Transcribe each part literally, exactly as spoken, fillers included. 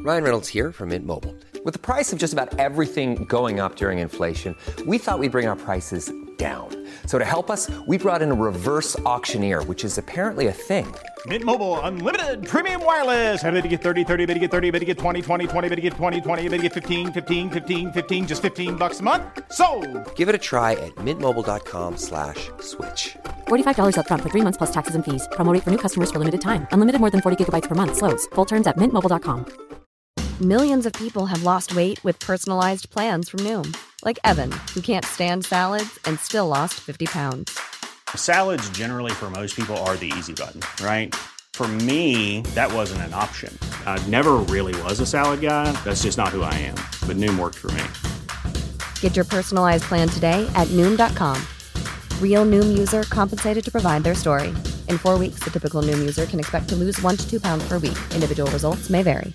Ryan Reynolds here from Mint Mobile. With the price of just about everything going up during inflation, we thought we'd bring our prices down. So to help us, we brought in a reverse auctioneer, which is apparently a thing. Mint Mobile Unlimited Premium Wireless. How to get thirty, thirty, how to get thirty, how to get twenty, twenty, twenty, how to get twenty, twenty, how to get fifteen, fifteen, fifteen, fifteen, just fifteen bucks a month? Sold! Give it a try at mintmobile.com slash switch. forty-five dollars up front for three months plus taxes and fees. Promo rate for new customers for limited time. Unlimited more than forty gigabytes per month. Slows full terms at mint mobile dot com. Millions of people have lost weight with personalized plans from Noom. Like Evan, who can't stand salads and still lost fifty pounds. Salads generally for most people are the easy button, right? For me, that wasn't an option. I never really was a salad guy. That's just not who I am. But Noom worked for me. Get your personalized plan today at Noom dot com. Real Noom user compensated to provide their story. In four weeks, the typical Noom user can expect to lose one to two pounds per week. Individual results may vary.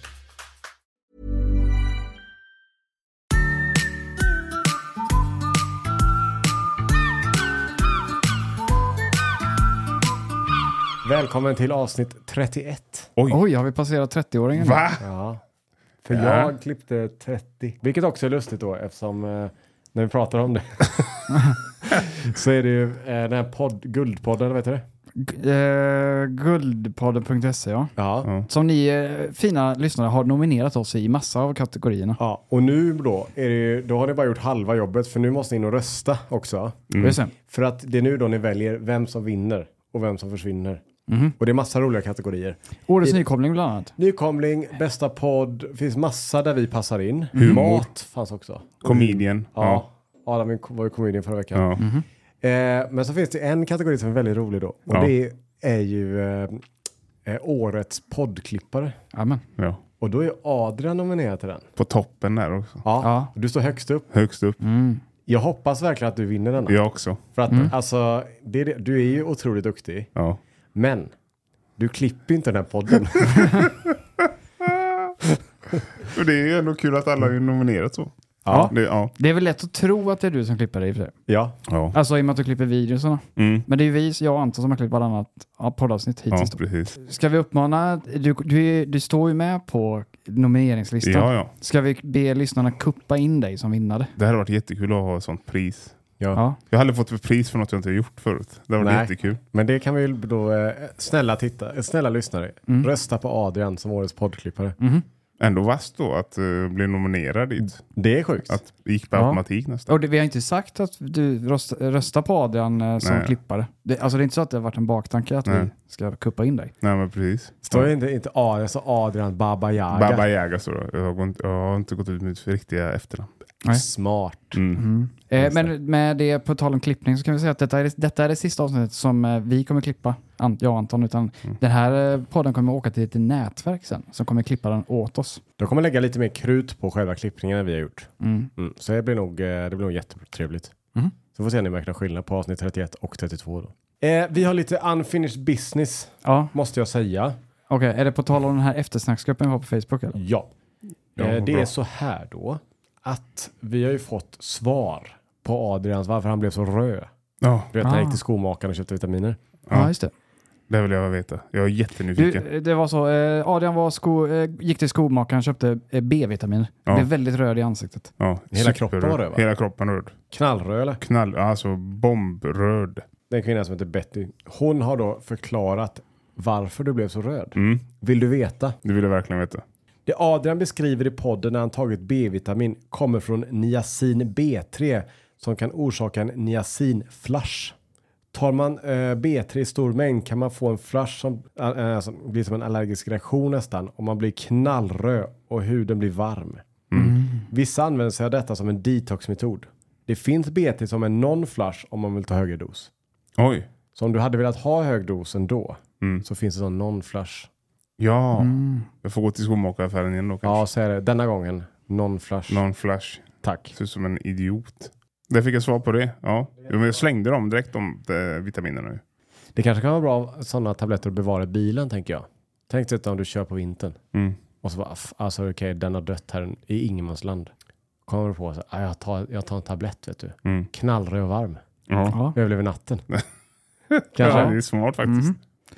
Välkommen till avsnitt trettioett. Oj, Oj har vi passerat trettio-åringen? Va? Ja. För ja. jag klippte trettio. Vilket också är lustigt då, eftersom eh, när vi pratar om det så är det ju eh, den här podd, Guldpodden, vet du det? G- eh, guldpodden punkt se, ja. Ja. ja. Som ni eh, fina lyssnare har nominerat oss i massa av kategorierna. Ja, och nu då, är det ju, då har ni bara gjort halva jobbet, för nu måste ni in och rösta också. Mm. För att det är nu då ni väljer vem som vinner och vem som försvinner. Mm. Och det är massa roliga kategorier. Årets I, nykomling bland annat. Nykomling, bästa podd. Det finns massa där vi passar in. Mm. Mat fanns också. Comedian. Ja, ja. Adam var ju comedian förra veckan. Ja. Mm. Eh, men så finns det en kategori som är väldigt rolig då. Och ja. det är ju eh, årets poddklippare. Amen. Ja. Och då är Adrian nominerad till den. På toppen där också. Ja, ja. Du står högst upp. Högst upp. Mm. Jag hoppas verkligen att du vinner den. Jag också. För att Mm. alltså, det, du är ju otroligt duktig. Ja. Men du klipper inte den här podden. Och det är ändå kul att alla är nominerat så. Ja. Det, ja. Det är väl lätt att tro att det är du som klipper det i för det. Ja. ja. Alltså i och med att du klipper videorna. Mm. Men det är ju vi, jag och Anton, som har klippt varannat ja, poddavsnitt hittills. Ja, precis. Ska vi uppmana, du, du, du står ju med på nomineringslistan. Ja, ja. Ska vi be lyssnarna kuppa in dig som vinnare? Det hade varit jättekul att ha ett sånt pris. Ja. Ja. Jag hade fått ett pris för något jag inte gjort förut. Det var Nej. jättekul. Men det kan vi då, eh, snälla titta, snälla lyssnare, Mm. rösta på Adrian som årets poddklippare. Mm. Ändå vast då att uh, bli nominerad dit. Det är sjukt. Att det gick på Ja. automatik nästan. Och det, vi har inte sagt att du röst, röstar på Adrian eh, som Nej. klippare. Det, alltså det är inte så att det har varit en baktanke att Nej. vi ska kuppa in dig. Nej, men precis. Står det inte, inte Adrian, så Adrian Baba Yaga. Baba Yaga så då. Jag har, gått, jag har inte gått ut med mitt riktiga efternamn. Nej. Smart. Mm. Mm. Eh, men med det på tal om klippning så kan vi säga att detta är, detta är det sista avsnittet som eh, vi kommer klippa, An, jag och Anton, utan Mm. den här eh, podden kommer åka till ett nätverk sen som kommer klippa den åt oss. De kommer lägga lite mer krut på själva klippningen än vi har gjort. Mm. Mm. Så det blir nog, eh, det blir nog jättetrevligt. Mm. Så får se om ni märker skillnad på avsnitt trettioett och trettiotvå då. Eh, vi har lite unfinished business, Ja, måste jag säga. okej. Okay. Är det på tal om den här eftersnacksgruppen vi har på Facebook eller? Ja. Ja, eh, det bra. är så här då att vi har ju fått svar på Adrians varför han blev så röd. Ja, Du vet, när han Ah. gick till skomakaren och köpte vitaminer. Ja, Ja. just det. det vill jag veta. Jag är jättenyfiken. Du, det var så, eh, Adrian var sko, eh, gick till skomakaren och köpte eh, B-vitamin. Ja. Blev väldigt röd i ansiktet. Ja, Hela superröd. kroppen var röd, va? Hela kroppen röd. Knallröd eller? Knall, alltså bombröd. Den kvinnan som heter Betty. Hon har då förklarat varför du blev så röd. Mm, Vill du veta? det vill jag verkligen veta. Det Adrian beskriver i podden när han tagit B-vitamin kommer från niacin B tre som kan orsaka en niacinflash. Tar man eh, B tre i stor mängd kan man få en flash som äh, som blir som en allergisk reaktion nästan och man blir knallröd och huden blir varm. Mm. Vissa använder sig av detta som en detoxmetod. Det finns B tre som en non-flush om man vill ta högre dos. Oj. Så om du hade velat ha hög dos ändå Mm. så finns det sån non-flush. Ja, Mm. jag får gå till skomakaffären igen då kanske. Ja, så är det. Denna gången non-flush. Någon flash. Tack. Ser ut som en idiot. Där fick jag svar på det. Ja. Jo, men jag slängde dem direkt, de eh, vitaminerna nu. Det kanske kan vara bra sådana tabletter att bevara i bilen, tänker jag. Tänk dig om du kör på vintern. Mm. Och så bara, f- alltså okej, okay, den har dött här i ingenmansland. Kommer du på så ah, jag, tar, jag tar en tablett, vet du. Mm. Knallröd och varm. Ja. Ja. Överlever natten. Ja, Kanske. det är smart faktiskt. Mm. Det är det.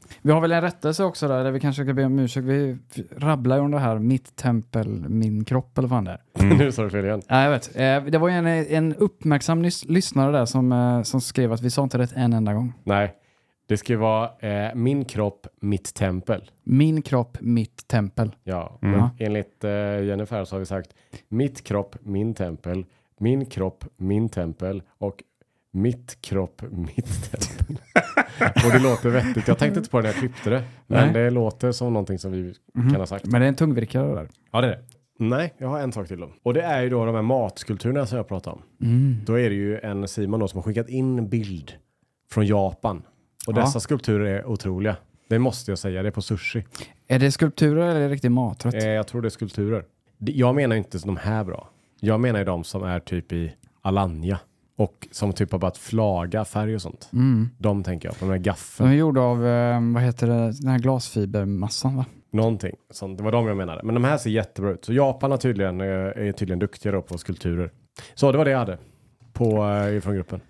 Vi har väl en rättelse också där, där vi kanske ska be om ursäkt. Vi rabblar ju om det här mitt tempel, min kropp eller vad fan det är. Mm. Nu sa du fel igen. Ja, jag vet. Det var ju en, en uppmärksam lys- lyssnare där som, som skrev att vi sa inte rätt en enda gång. Nej, det ska vara eh, min kropp, mitt tempel. Min kropp, mitt tempel. Ja, Mm. men enligt eh, Jennifer så har vi sagt mitt kropp, min tempel, min kropp, min tempel och mitt kropp, mitt tempel. Och det låter vettigt. Jag tänkte inte på det när jag klippte det. Men Nej. det låter som någonting som vi Mm. kan ha sagt. Men det är en tungvirkare där. Ja, det är det. Nej, jag har en sak till då. Och det är ju då de här matskulpturerna som jag pratar om. Mm. Då är det ju en Simon då som har skickat in en bild från Japan. Och Ja. dessa skulpturer är otroliga. Det måste jag säga, det är på sushi. Är det skulpturer eller är det riktig maträtt? Eh, jag tror det är skulpturer. Det- Jag menar inte de här bra. Jag menar ju de som är typ i Alanya. Och som typ har bara ett flaga, färg och sånt. Mm. De tänker jag på, de här De gaffeln. är gjorda av, eh, vad heter det, den här glasfibermassan va? Någonting. Sånt. Det var de jag menade. Men de här ser jättebra ut. Så Japan är tydligen, eh, är tydligen duktiga då på skulpturer. Så det var det jag hade på, eh, från gruppen.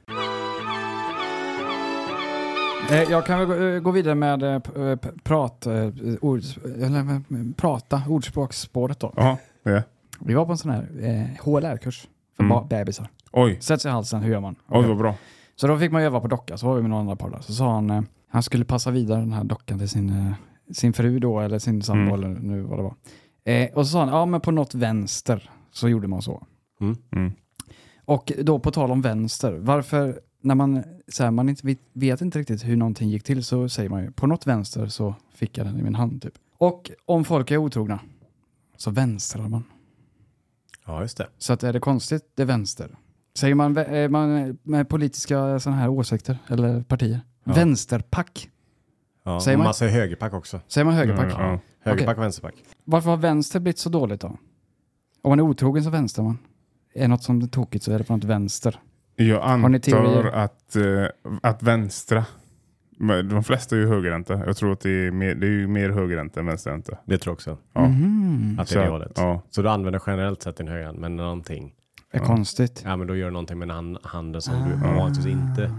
Eh, jag kan väl gå, eh, gå vidare med eh, p- eh, p- prat, eh, ord, eller, eh, prata, ordspråksspåret då. Ja, det är. Vi var på en sån här eh, H L R-kurs för Mm. ba- bebisar. Oj, Sätts i halsen, hur gör man? oj vad bra. Så då fick man öva på docka, så var vi med några andra par där. Så sa han, eh, han skulle passa vidare den här dockan till sin, eh, sin fru då, eller sin sambo, Mm. eller nu vad det var. Eh, och så sa han, ja men på något vänster så gjorde man så. Mm. Mm. Och då på tal om vänster, varför när man, så här, man inte vet, vet inte riktigt hur någonting gick till så säger man ju, på något vänster så fick jag den i min hand typ. Och om folk är otrogna så vänstrar man. Ja, just det. Så att är det konstigt, det är vänster. Säger man, vä- eh, man med politiska sådana här åsikter eller partier. Ja. Vänsterpack. Ja, Säger man, man- man säger högerpack också. Säger man högerpack? Ja, ja. Högerpack och vänsterpack. Varför har vänster blivit så dåligt då? Om man är otrogen så vänster man. Är något som är tokigt så är det på något vänster. Jag ni teorier? antar att, eh, att vänstra, men de flesta är ju högerränta. Jag tror att det är mer, det är ju mer högerränta än vänsterränta. Det tror jag också. Ja. Mhm. Att det är det Så, hållet. ja. Så du använder generellt sett din högerhand, men någonting. Är konstigt. Ja, men då gör du någonting med den hand- handen som Ah. du vanligtvis inte.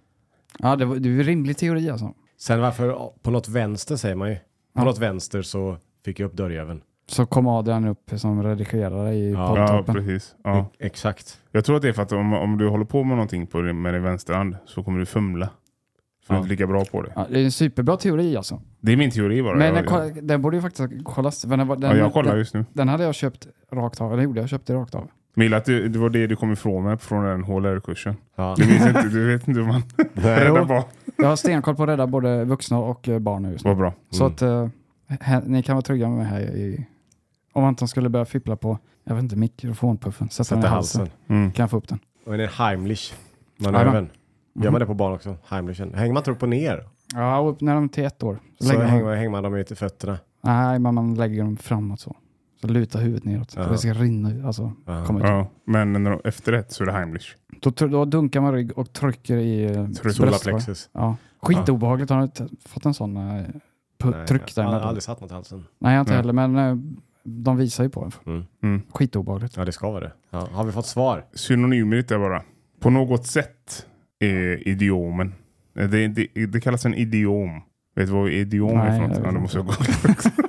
Ja, det, var, det är en rimlig teori alltså. Sen varför på något vänster säger man ju. På Ja. något vänster så fick jag upp dörrjäveln. Så kom Adrian upp som redigerare i Ja. Ja, poddtoppen. precis. Ja. E- exakt. Jag tror att det är för att om, om du håller på med någonting på din, med din vänsterhand så kommer du fumla. För Ja. du är inte lika bra på det. Ja, det är en superbra teori alltså. Det är min teori bara. Men jag, den, koll- den borde ju faktiskt kollas. Den, den, ja, jag kollar den, just nu. den hade jag köpt rakt av. Eller gjorde jag köpte rakt av. Men gilla att det, det var det du kom ifrån med från den H L R-kursen. Ja. Du vet inte, du vet inte hur man räddar barn. Jag har stenkoll på att rädda både vuxna och eh, barn nu just nu. Vad bra. Så Mm. att eh, här, ni kan vara trygga med mig här i, om Anton skulle börja fippla på, jag vet inte, mikrofonpuffen. Sätta den i Sätta halsen. halsen. Mm. Kan jag få upp den? Och en Heimlich manövern. Jajamän. Gör man det på barn också? Heimlichen. Hänger man inte upp och ner? Ja, upp när de är till ett år. Så Så lägger hänger man, man, hänger man dem i till fötterna. nej, men man lägger dem framåt så. Så lutar huvudet neråt. Ja. För det ska rinna ut, alltså Ja. komma ut. Ja, men när de, efter ett så är det Heimlich. Då, då dunkar man rygg och trycker i eh, Tryck. bröstkorgen. Solarplexus. Ja. Skitobehagligt. Har du inte fått en sån eh, pu- Nej, tryck där jag har med? aldrig satt något i halsen. Nej, jag inte Nej. heller, men eh, de visar ju på en. Mm. Mm. Skitobehagligt. Ja, det ska vara det. Ja. Har vi fått svar? Synonymer är bara. På något sätt är idiomen. Det, det, det kallas en idiom. Vet du vad idiom Nej, är för något? jag Ja, vet det måste jag inte. gå.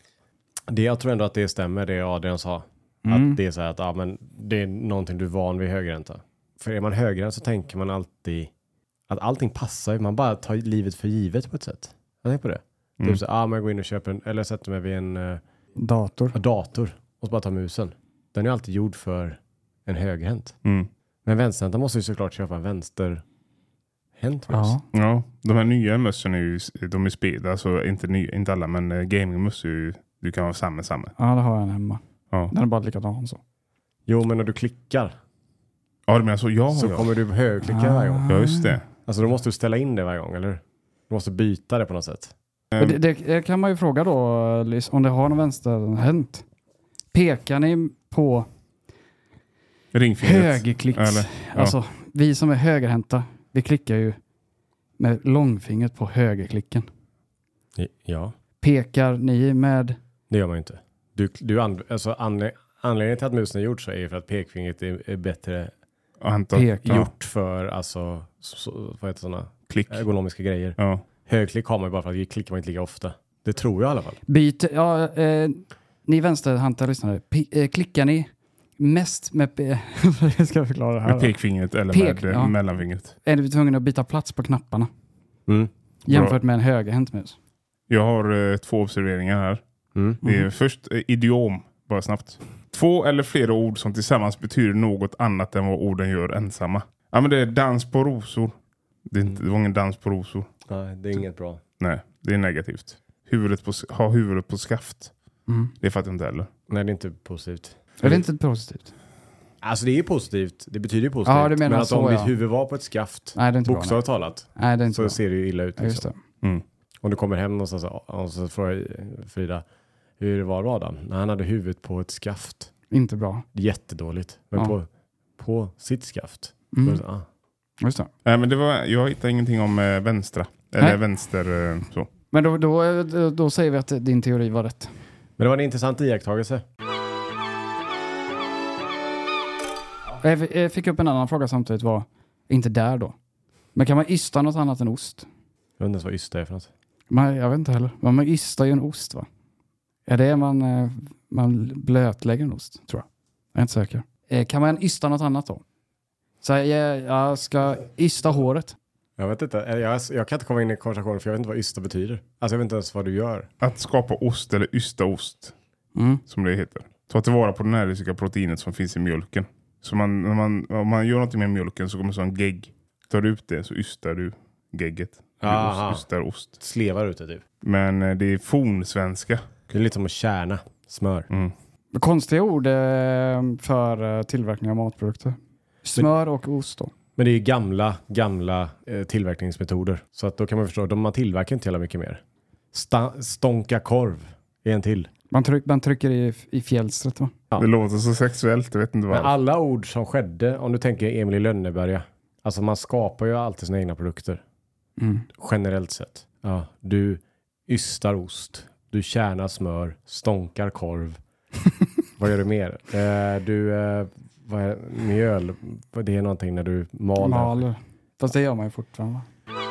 Det, jag tror ändå att det stämmer, det Adrian sa. Mm. Att det är så här att ja, men det är någonting du är van vid högränta. För är man högränta så tänker man alltid att allting passar. Man bara tar livet för givet på ett sätt. Jag tänker på det. Mm. Typ så, ah, men jag går in och köper en, eller sätter mig vid en uh, Dator. dator och så bara tar musen. Den är alltid gjord för en högerhänt. Mm. Men vänsterhänta måste ju såklart köpa en vänsterhänt mus. Ja. Ja, de här nya mössen är ju de är speda, alltså inte, nya, inte alla, men uh, gamingmöss är ju, du kan ha samma samma. Ja, det har jag en hemma. Ja, Den är bara likadan så. Jo, men när du klickar ja du menar så, ja, så ja. kommer du högerklicka varje gång. Ja, just det. Alltså då måste du ställa in det varje gång, eller? Du måste byta det på något sätt. Och det, det, det kan man ju fråga då, Liz, om det har någon vänsterhänt. Pekar ni på Ringfingret. högerklicks? Eller, ja. Alltså, vi som är högerhänta, vi klickar ju med långfingret på högerklicken. Ja, Pekar ni med... det gör man ju inte. Du, du and, alltså anle, anledningen till att musen är gjord så är ju för att pekfingret är, är bättre Ja, hämta- Pek. ja. gjort för alltså, så, vad heter sådana Klick. ergonomiska grejer. Ja. Högklick har man ju bara för att klickar man inte lika ofta. Det tror jag i alla fall. Byt, ja, eh, ni vänsterhantade lyssnare, P- eh, klickar ni mest med... P- jag ska förklara det här. Med pekfingret eller Pek, med ja. mellanfingret. Är du tvungen att byta plats på knapparna? Mm. Jämfört med en högerhänt mus. Jag har eh, två observeringar här. Mm. Det är först eh, idiom, bara snabbt. Två eller flera ord som tillsammans betyder något annat än vad orden gör ensamma. Ja, men det är dans på rosor. Det, är inte, det var ingen dans på rosor. Nej, det är inget bra. Nej, det är negativt. Huvudet på, ha huvudet på skaft. Mm. Det fattar jag inte heller. Nej, det är inte positivt. Är det inte positivt? Alltså det är positivt. Det betyder ju positivt. Ja, du menar men att så, om ja. ditt huvud var på ett skaft, Nej, det är inte bra, bokstavligt talat, Nej, det är inte så bra. ser det ju illa ut. Ja, just Liksom. det. Mm. Om du kommer hem någonstans och så frågar Frida, hur var det Adam? När han hade huvudet på ett skaft. Inte bra. Jättedåligt. Men Ja. på, på sitt skaft. Mm. Så, ah. Just det. Nej, men det var, jag hittade ingenting om eh, vänstra. Eller Nej. vänster eh, så. Men då, då, då, då säger vi att din teori var rätt. Men det var en intressant iakttagelse. Jag jag fick upp en annan fråga samtidigt, var inte där då. Men kan man ysta något annat än ost? Jag vet inte ens vad ysta är för något. Man, jag vet inte heller. Men man ystar ju en ost, va? Är det man, eh, man blötlägger en ost, tror jag. Jag är inte säker. Eh, Kan man ysta något annat då? Så jag, jag ska ysta håret. Jag vet inte. Jag, jag kan inte komma in i konversationen för jag vet inte vad ysta betyder. Alltså jag vet inte ens vad du gör. Att skapa ost eller ysta ost, Mm. som det heter. Ta tillvara på det näringsrika proteinet som finns i mjölken. Så man, när man, om man gör något med mjölken så kommer så en gegg. Tar du ut det så ystar du gegget. Du Aha. ost, ystar ost. Slevar ut det typ. Men eh, det är fornsvenska. Det är lite som att kärna smör. Mm. Konstiga ord eh, för eh, tillverkning av matprodukter. Smör och ost då. Men det är ju gamla, gamla eh, tillverkningsmetoder. Så att då kan man förstå, de man tillverkar inte hela mycket mer. Sta- stånka korv är en till. Man, tryck, man trycker i, i fjällstret, va? Ja. Det låter så sexuellt, jag vet inte Men varför. alla ord som skedde, om du tänker Emil i Lönneberga. Alltså man skapar ju alltid sina egna produkter. Mm. Generellt sett. Ja, du ystar ost. Du kärnar smör. Stånkar korv. Vad gör du mer? Eh, du, eh, vad är mjöl? Det är någonting när du maler. Maler. Fast det gör man ju fortfarande, va?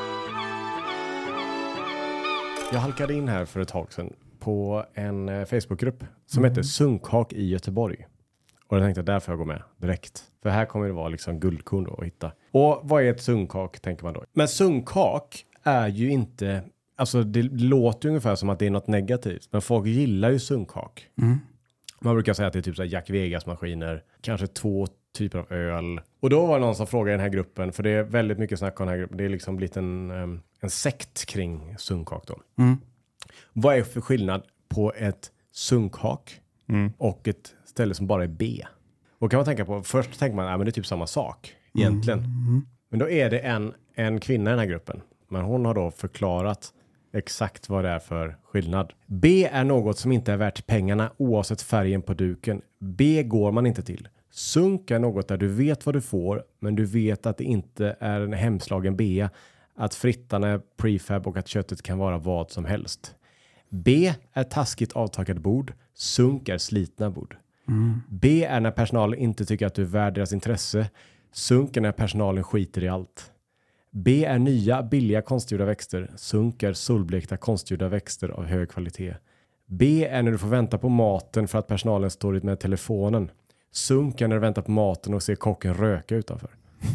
Jag halkade in här för ett tag sedan på en eh, Facebookgrupp som Mm. heter Sunkhak i Göteborg. Och jag tänkte att där får jag gå med direkt. För här kommer det vara liksom guldkorn då att hitta. Och vad är ett sunkhak tänker man då? Men sunkhak är ju inte... Alltså det låter ju ungefär som att det är något negativt. Men folk gillar ju sunkhak. Mm. Man brukar säga att det är typ så här Jack Vegas-maskiner. Kanske två typer av öl. Och då var det någon som frågade i den här gruppen. För det är väldigt mycket snack om den här gruppen. Det är liksom blivit en, um, en sekt kring sunkhak då. Mm. Vad är för skillnad på ett sunkhak Mm. och ett ställe som bara är B? Och kan man tänka på, först tänker man att ja, det är typ samma sak egentligen. Mm. Men då är det en, en kvinna i den här gruppen. Men hon har då förklarat exakt vad det är för skillnad. B är något som inte är värt pengarna oavsett färgen på duken. B går man inte till. Sunk är något där du vet vad du får, men du vet att det inte är en hemslagen B. Att frittan är prefab och att köttet kan vara vad som helst. B är taskigt avtakade bord. Sunk är slitna bord. Mm. B är när personalen inte tycker att du är värd deras intresse. Sunk är när personalen skiter i allt. B är nya, billiga konstgjorda växter. Sunk är solblekta konstgjorda växter av hög kvalitet. B är när du får vänta på maten för att personalen står ut med telefonen. Sunk är när du väntar på maten och ser kocken röka utanför.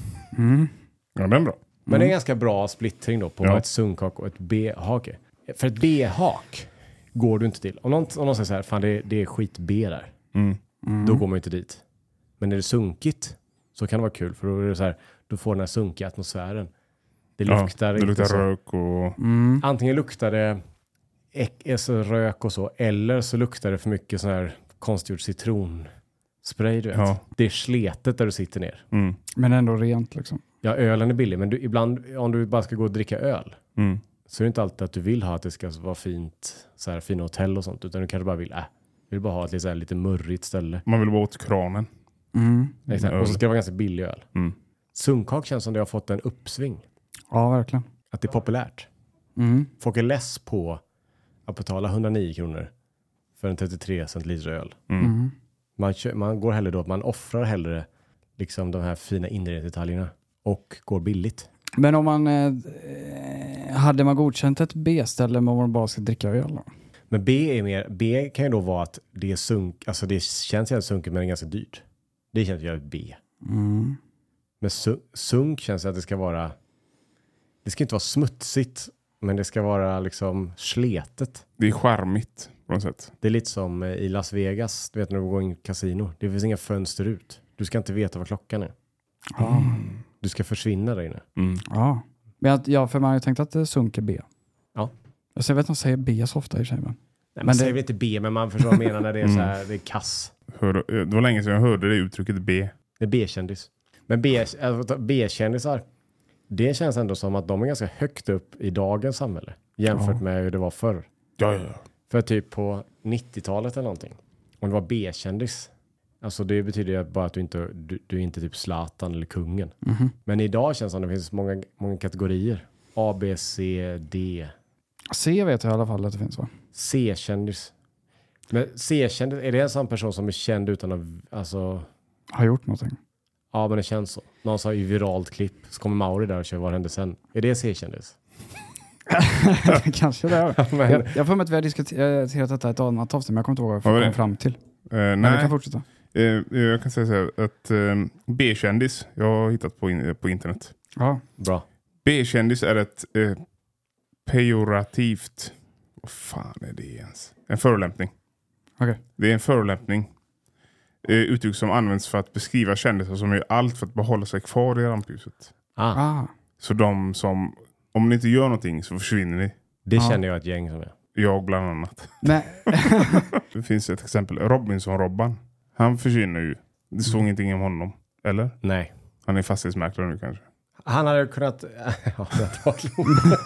Mm. Ja, den är bra. Men det är en ganska bra splittring då på Ja. vad ett sunkhak och ett B-hak är. För ett B-hak går du inte till. Om någon, om någon säger så här, fan det är, det är skit B där. Mm. Då går man ju inte dit. Men när det är sunkigt så kan det vara kul. För då är det så här, du får den här sunkiga atmosfären. Det Ja, luktar det inte luktar så. rök och... Mm. Antingen luktar det äck, alltså rök och så. Eller så luktar det för mycket sån här konstgjord citronspray, du vet. Ja. Det är sletet där du sitter ner. Mm. Men ändå rent liksom. Ja, ölen är billig. Men du, ibland om du bara ska gå och dricka öl Mm. så är det inte alltid att du vill ha att det ska vara fint, så här fina hotell och sånt. Utan du kanske bara vill, äh, vill bara ha ett lite, så här, lite murrigt ställe. Man vill bara åt kranen. Mm. Exakt. Och så ska det vara ganska billig öl. Mm. Sunkhak känns som det har fått en uppsving. Ja, verkligen. Att det är populärt. Mm. Folk är less på att betala hundranio kronor för en trettiotre centiliter öl. Mm. Mm. Man, kö- man går hellre då, man offrar hellre liksom de här fina inredningsdetaljerna och går billigt. Men om man eh, hade man godkänt ett B-ställe om man bara ska dricka öl då? Men B är mer, B kan ju då vara att det är sunk, alltså det känns jävligt sunkigt men det är ganska dyrt. Det känns ju B. Mm. Men su- sunk känns att det ska vara, det ska inte vara smutsigt, men det ska vara liksom sletet. Det är charmigt på något sätt. Det är lite som i Las Vegas, du vet när du går in i kasino. Det finns inga fönster ut. Du ska inte veta vad klockan är. Mm. Du ska försvinna där inne. Mm. Ja. Men jag, ja, för man har ju tänkt att det sunk är B. Ja. Alltså jag vet inte om de säger B så ofta i sig. Men, Nej, man men säger det... väl inte B, men man förstår vad jag menar när det är så här, det är kass. Hör, det var länge sedan jag hörde det uttrycket B. Det är B-kändis. Men B, alltså, B-kändisar, det känns ändå som att de är ganska högt upp i dagens samhälle. Jämfört Ja. med hur det var förr. Ja, ja. För typ på nittiotalet eller någonting. Om det var B-kändis. Alltså det betyder ju bara att du inte, du, du är inte typ Zlatan eller kungen. Mm-hmm. Men idag känns det som att det finns många, många kategorier. A, B, C, D. C vet jag i alla fall att det finns, va? C-kändis. Men C-kändis, är det en sån person som är känd utan att, alltså... Har gjort någonting. Ja, men det känns så. Någon sa i viralt klipp. Så kommer Mauri där och kör vad hände sen. Är det C-kändis? Kanske det är. Men- jag, jag får med att vi har diskuterat detta i ett annat avsnitt, men jag kommer inte ihåg vad jag Vad var kom det? fram till. Eh, Men vi nej, kan fortsätta. eh, jag kan säga så här att eh, B-kändis, jag har hittat på, in, på internet. Ja. Bra. B-kändis är ett eh, pejorativt, vad fan är det ens? En förolämpning. Okej. Det är en förolämpning. Eh, uttryck som används för att beskriva kändisar som gör allt för att behålla sig kvar i rampljuset. Ah, Ah. Så de som, om ni inte gör någonting så försvinner ni. det Ja. känner jag ett gäng som är. Jag bland annat. Men, Det finns ett exempel. Robinson-Robban. Han försvinner ju. Det stod ingenting om honom. Eller? Nej. Han är fastighetsmäklare nu kanske. Han hade kunnat... ja, antagligen.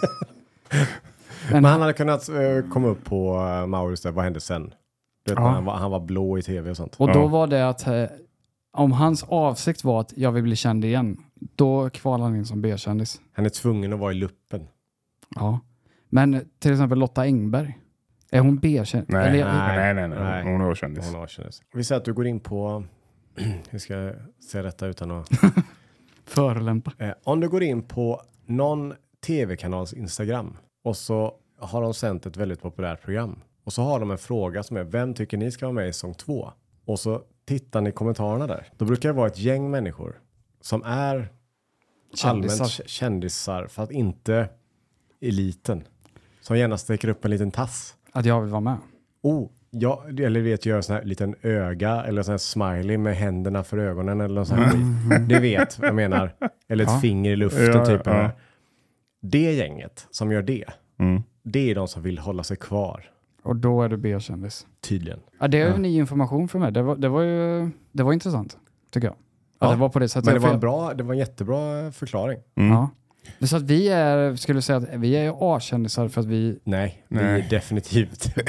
men, Men han hade kunnat uh, komma upp på uh, Maurits där. Vad hände sen? Du vet, Ja. han, var, han var blå i tv och sånt. och då Ja. var det att eh, om hans avsikt var att jag vill bli känd igen, då kvalade han in som B-kändis. Han är tvungen att vara i luppen. Ja. Men till exempel Lotta Engberg. Är hon B-kändis? Nej, Eller, nej, nej, nej, Nej. Hon är kändis. Hon har kändis. Vi säger att du går in på... Hur ska jag säga detta utan att... Förolämpa. Eh, om du går in på någon tv-kanals Instagram och så har de sänt ett väldigt populärt program. Och så har de en fråga som är, vem tycker ni ska vara med i säsong två? Och så tittar ni i kommentarerna där. Då brukar det vara ett gäng människor som är Kändisar. allmänt k- kändisar för att inte eliten. Som gärna sticker upp en liten tass. Att jag vill vara med. Oh, ja, eller vet, gör en sån här liten öga eller sån här smiley med händerna för ögonen eller något sånt här skit. Du vet vad jag menar. Eller ett Ja. finger i luften Ja, typ. ja. Det gänget som gör det, Mm. det är de som vill hålla sig kvar. Och då är du B-kändis. Tydligen. Ja, det är ju Ja. ny information för mig. Det var, det var ju det var intressant, tycker jag. Ja, Ja, det var på det sättet. Men det var, För- en bra, det var en jättebra förklaring. Mm. Ja. Det är så att vi är, skulle säga att vi är A-kändisar för att vi... Nej, vi Nej. är definitivt B.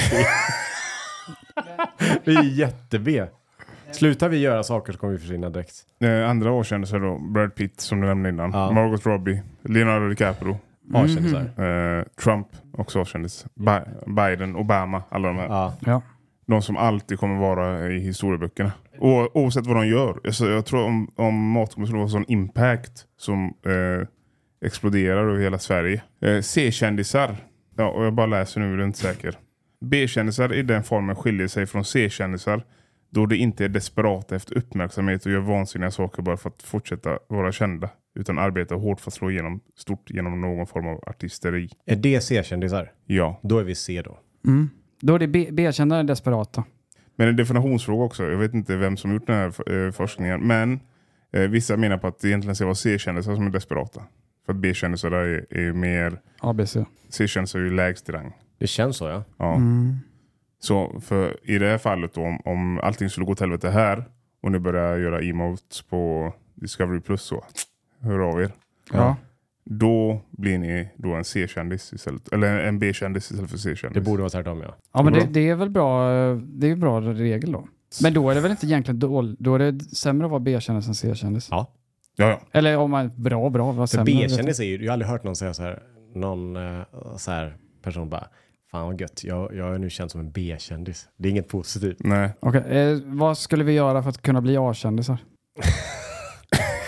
Vi är jätte-B. Slutar vi göra saker så kommer vi försvinna direkt. Eh, andra årkändisar då. Brad Pitt som du nämnde innan. Ja. Margot Robbie. Leonardo DiCaprio. A-kändisar. Eh, Trump också årkändis. Ba- Biden, Obama. Alla de här. Ja. Ja. De som alltid kommer vara i historieböckerna. Och, oavsett vad de gör. Alltså, jag tror om, om mat kommer att vara sån impact som eh, exploderar över hela Sverige. Eh, C-kändisar. Ja, och jag bara läser nu, är inte säker. B-kändisar i den formen skiljer sig från C-kändisar då det inte är desperat efter uppmärksamhet och gör vansinniga saker bara för att fortsätta vara kända, utan arbetar hårt för att slå igenom stort genom någon form av artisteri. Är det C-kändisar? Ja. Då är vi C då. Mm. Då är det B- B-kändare desperata. Men en definitionsfråga också. Jag vet inte vem som gjort den här eh, forskningen. Men eh, vissa menar på att det egentligen ska vara C-kändisar som är desperata. För att B-kändisar är, är mer... A B C. C-kändisar är ju lägst i rang. Det känns så, ja. Ja. Mm. Så för i det här fallet då, om, om allting skulle gå till helvete här och ni börjar göra emotes på Discovery Plus så. Hör av er. Ja. Då blir ni då en C-kändis istället. Eller en B-kändis istället för C-kändis. Det borde vara tvärtom, ja. Ja, men det, det är väl bra. Det är ju bra regel då. Men då är det väl inte egentligen dåligt. Då är det sämre att vara B-kändis än C-kändis. Ja. Ja, ja. Eller om man bra, bra. Vad För sämre. B-kändis är ju, jag har aldrig hört någon säga så här, någon uh, så här person bara, fan vad gött, jag, jag är nu känd som en B-kändis. Det är inget positivt. Nej. Okej, eh, vad skulle vi göra för att kunna bli A-kändisar?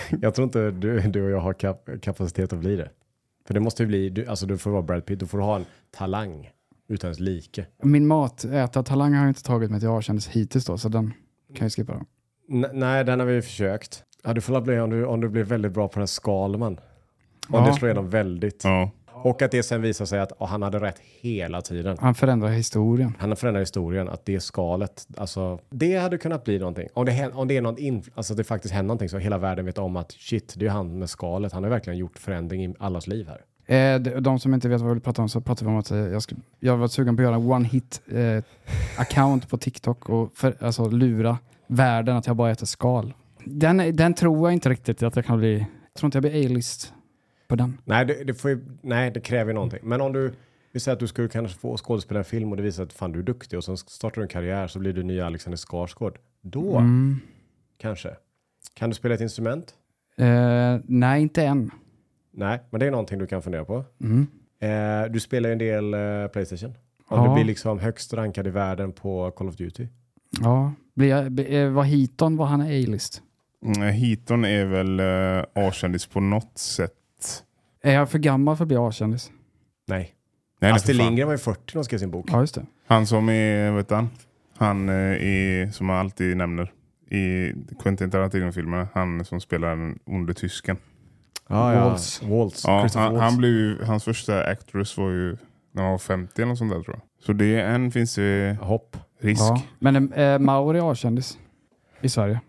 Jag tror inte du, du och jag har kap- kapacitet att bli det. För det måste ju bli, du, alltså du får vara Brad Pitt, du får ha en talang utan ens like. Min matätartalang har jag inte tagit mig till A-kändis hittills då, så den kan jag skippa då. N- nej, den har vi försökt. Ja, du får bli om du, om du blir väldigt bra på den här Skalman. Om Ja. det slår igenom väldigt. Ja. Och att det sen visar sig att oh, han hade rätt hela tiden. Han förändrar historien. Han har förändrat historien, att det skalet, alltså det hade kunnat bli någonting. Om det, hän- om det är någon in, alltså det faktiskt händer någonting så hela världen vet om att shit, det är han med skalet. Han har verkligen gjort förändring i allas liv här. Eh, de, de som inte vet vad vi vill prata om, så pratar vi om att eh, jag, skulle, jag var sugen på att göra en one-hit eh, account på TikTok och för, alltså, lura världen att jag bara äter skal. Den, den tror jag inte riktigt att jag kan bli. Jag tror inte jag blir A-list på den. Nej, det, det, får ju, nej, det kräver ju någonting. Men om du vill säga att du skulle kanske få skådespela en film och det visar att fan du är duktig och sen startar du en karriär så blir du nya Alexander Skarsgård. Då Mm. kanske. Kan du spela ett instrument? Eh, nej, inte än. Nej, men det är någonting du kan fundera på. Mm. Eh, du spelar ju en del eh, PlayStation. Om Ja. du blir liksom högst rankad i världen på Call of Duty. Ja, blir jag, blir, eh, var Heaton, var han A-list? Mm, Heaton är väl uh, A-kändis på något sätt. Är jag för gammal för att bli A-kändis? Nej. Nej, Astrid för fan. Lindgren var ju fyrtio när hon skrev sin bok. Ja, just det. Han som är, vet han, han eh, är, som man alltid nämner i Quentin Tarantino-filmerna, han som spelar den onde tysken. Ah, ja. Waltz. Waltz. Ja, Christopher han, Waltz. han blev ju, hans första actress var ju när han var femtio eller något sånt där, tror jag. Så det är en finns det Hopp. risk. Ja. Men eh, Mauri är A-kändis i Sverige.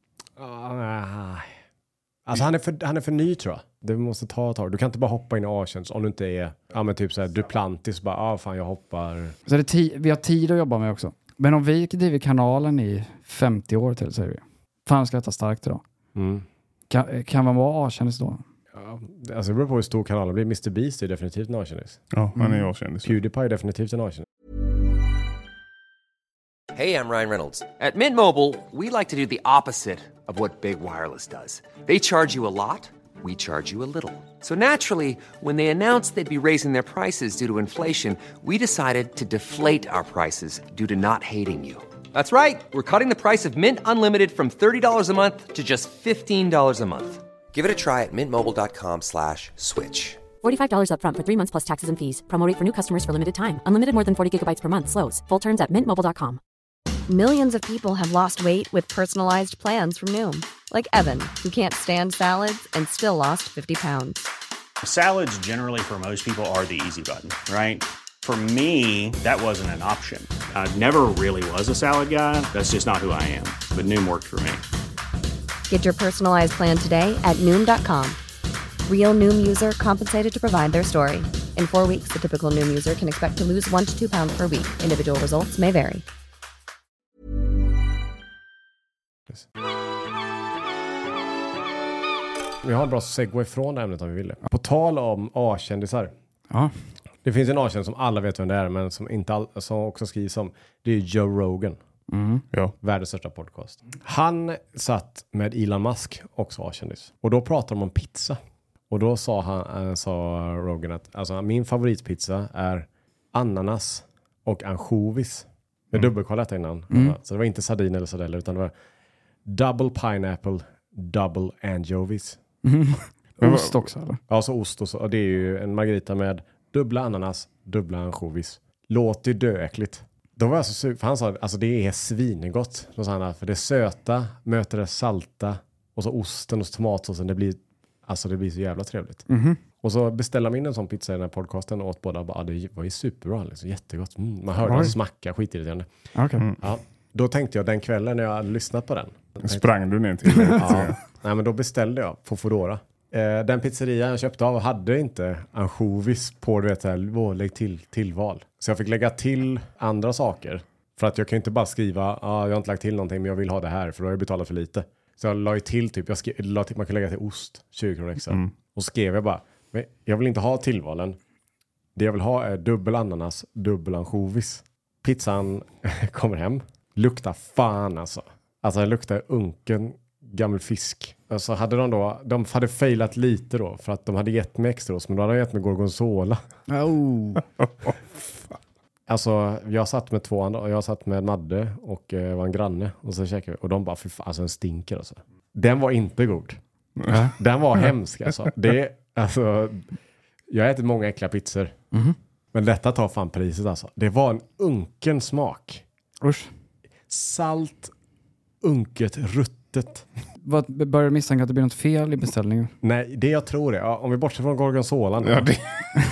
Ah, alltså han är, för, han är för ny tror jag. Det måste ta ett tag. Du kan inte bara hoppa in i A-tjänst om du inte är ja, men typ så här Duplantis. Bara, ah, fan jag hoppar. Så det är ti- vi har tid att jobba med också. Men om vi driver kanalen i femtio år till, säger vi. Fan, ska jag ta starkt idag. Mm. Kan, kan man vara A-kändis då? Ja, alltså det beror på hur stor kanalen blir. mister Beast är definitivt en A-kändis. Ja, han är A-kändis. Pewdiepie är definitivt en A-kändis. Hey, I'm Ryan Reynolds. At Mint Mobile, we like to do the opposite of what Big Wireless does. They charge you a lot, we charge you a little. So naturally, when they announced they'd be raising their prices due to inflation, we decided to deflate our prices due to not hating you. That's right. We're cutting the price of Mint Unlimited from thirty dollars a month to just fifteen dollars a month. Give it a try at mintmobile.com slash switch. forty-five dollars up front for three months plus taxes and fees. Promo rate for new customers for limited time. Unlimited more than forty gigabytes per month slows. Full terms at mint mobile dot com. Millions of people have lost weight with personalized plans from Noom. Like Evan, who can't stand salads and still lost fifty pounds. Salads generally for most people are the easy button, right? For me, that wasn't an option. I never really was a salad guy. That's just not who I am. But Noom worked for me. Get your personalized plan today at Noom dot com. Real Noom user compensated to provide their story. In four weeks, the typical Noom user can expect to lose one to two pounds per week. Individual results may vary. Vi har en bra segway från det ämnet om vi ville. På tal om A-kändisar. Ja. Det finns en A-kändis som alla vet vem det är, men som, inte all, som också skrivs om. Det är Joe Rogan. Mm. Ja. Världens största podcast. Han satt med Elon Musk, också A-kändis. Och då pratade de om pizza. Och då sa, han, äh, sa Rogan att alltså, min favoritpizza är ananas och ansjovis. Med Mm. dubbelkoll detta innan. Mm. Så det var inte sardin eller sardeller, utan det var double pineapple, double anchovies. Men Ost också, eller? Ja, så ost och så. Och det är ju en margarita med dubbla ananas, dubbla ansjovis. Låter ju döäckligt. Då var jag så sur, för han sa alltså det är svingott. Så sa han, för det söta möter det salta och så osten och så tomatsåsen. Det blir, alltså det blir så jävla trevligt. Mhm. Och så beställde man in en sån pizza i den här podcasten och åt båda. Och bara, ah, det var ju superbra, liksom, jättegott. Mm, man hörde Oj. den smacka, skitirriterande. Okej. Mm. Ja, då tänkte jag den kvällen när jag hade lyssnat på den. Sprang du ner till Ja, nej, men då beställde jag på Foodora. Eh, den pizzeria jag köpte av hade inte ansjovis på, du vet, här, åh, lägg till tillval. Så jag fick lägga till andra saker. För att jag kan ju inte bara skriva, ah, jag har inte lagt till någonting men jag vill ha det här för då har jag betalat för lite. Så jag la ju till typ, jag skrev, la till, man kan lägga till ost, tjugo kronor extra. Mm. Och skrev jag bara, men jag vill inte ha tillvalen. Det jag vill ha är dubbel ananas, dubbel ansjovis. Pizzan kommer hem. Luktar fan alltså. Alltså det luktar unken gammal fisk. Alltså hade de då, de hade failat lite då för att de hade gett mig extra ost, men då hade de gett mig gorgonzola. Oh. Alltså jag satt med två andra, och jag satt med Madde och eh, var en granne och så käkade vi och de bara, fy fan, alltså den stinker alltså. Den var inte god. Den var hemsk alltså. Det, alltså. Jag har ätit många äckliga pizzor. Mm. Men detta tar fan priset alltså. Det var en unken smak. Usch. Salt, unket, ruttet. Vad, börjar misstänka att det blir något fel i beställningen? Nej, det jag tror det. Ja, om vi bortser från gorgonzolan. Ja, det...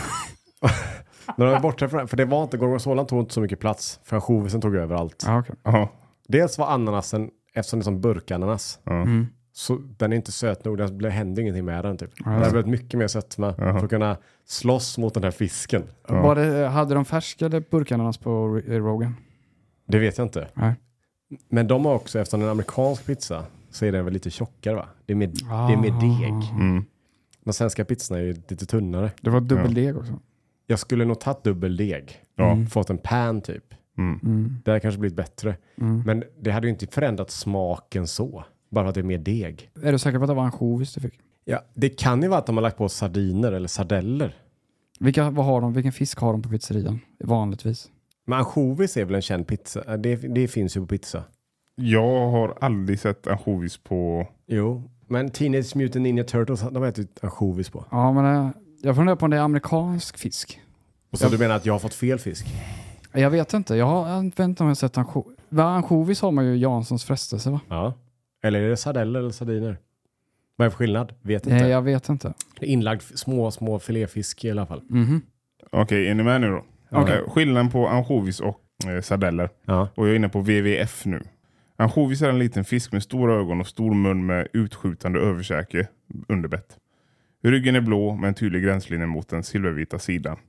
Men om vi bortser från, för det var inte, gorgonzolan tog inte så mycket plats. För ansjovisen tog över allt. Ah, okay. Aha. Dels var ananasen, eftersom det är som burkananas. Ja. Mm. Så den är inte söt nog. Det händer ingenting med den typ. Ja. Det har blivit mycket mer sötma för att kunna slåss mot den här fisken. Ja. Var det, hade de färska eller burkananas på Rogan? Det vet jag inte. Nej. Men de har också, efter en amerikansk pizza, så är den väl lite tjockare va? Det är med, ah. det är med deg. Mm. De svenska pizzorna är ju lite tunnare. Det var dubbeldeg ja. också. Jag skulle nog tagit dubbeldeg. Ja. Mm. Fått en pan typ. Mm. Mm. Det hade kanske blivit bättre. Mm. Men det hade ju inte förändrat smaken så. Bara för att det är mer deg. Är du säker på att det var ansjovis du fick? Ja, det kan ju vara att de har lagt på sardiner eller sardeller. Vilka, vad har de, vilken fisk har de på pizzerian? Vanligtvis. Men ansjovis är väl en känd pizza? Det, det finns ju på pizza. Jag har aldrig sett ansjovis på... Jo, men Teenage Mutant Ninja Turtles, de har ätit ansjovis på. Ja, men äh, jag funderar på om det är amerikansk fisk. Och så jag... du menar att jag har fått fel fisk? Jag vet inte. Jag, har, jag vet inte om jag har sett ansjovis. Ansjovis har man ju Janssons frestelse va? Ja. Eller är det sardeller eller sardiner? Vad är för skillnad? Vet inte. Nej, jag vet inte. Det är inlagd små, små filéfisk i alla fall. Mm-hmm. Okej, okay, är ni med nu då? Okay. Eh, skillnaden på ansjovis och eh, sardeller. Ja. Och jag är inne på W W F nu. Ansjovis är en liten fisk med stora ögon och stor mun med utskjutande överkäke, underbett. Ryggen är blå med en tydlig gränslinje mot den silvervita sidan.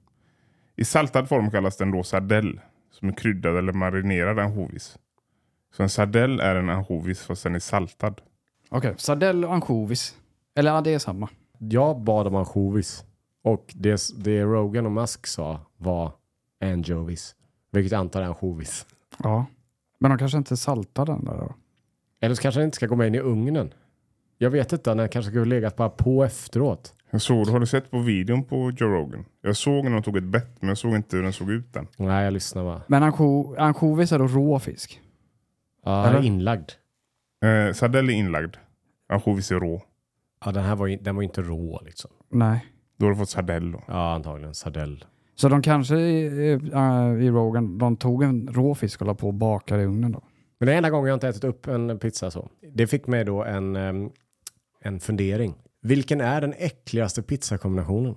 I saltad form kallas den då sardell, som är kryddad eller marinerad ansjovis. Så en sardell är en ansjovis fast den är saltad. Okej, okay. Sardell och ansjovis. Eller ja, det är samma. Jag bad om ansjovis. Och det, det Rogan och Musk sa var anchovies. Vilket jag antar är ansjovis. Ja. Men de kanske inte saltar den där då? Eller så kanske den inte ska gå med in i ugnen. Jag vet inte, den kanske skulle legat bara på efteråt. Jag såg, har du sett på videon på Joe Rogan? Jag såg när de tog ett bett, men jag såg inte hur den såg ut den. Nej, jag lyssnar bara. Men ansjo, ansjovis är då rå fisk? Ja, eller inlagd. Eh, sardell är inlagd. Ansjovis är rå. Ja, den här var, den var inte rå liksom. Nej. Då har du fått sardell då. Ja, antagligen sardell. Så de kanske i, uh, i Rogan, de tog en rå fisk och la på och bakade i ugnen då? Men det är enda gången jag inte ätit upp en pizza så. Det fick mig då en, um, en fundering. Vilken är den äckligaste pizzakombinationen?